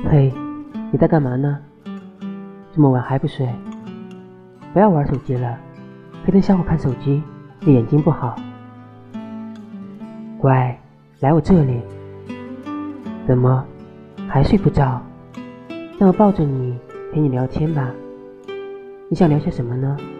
嘿，你在干嘛呢？这么晚还不睡？不要玩手机了，黑灯瞎火看手机对眼睛不好。乖，来我这里。怎么，还睡不着？让我抱着你，陪你聊天吧。你想聊些什么呢？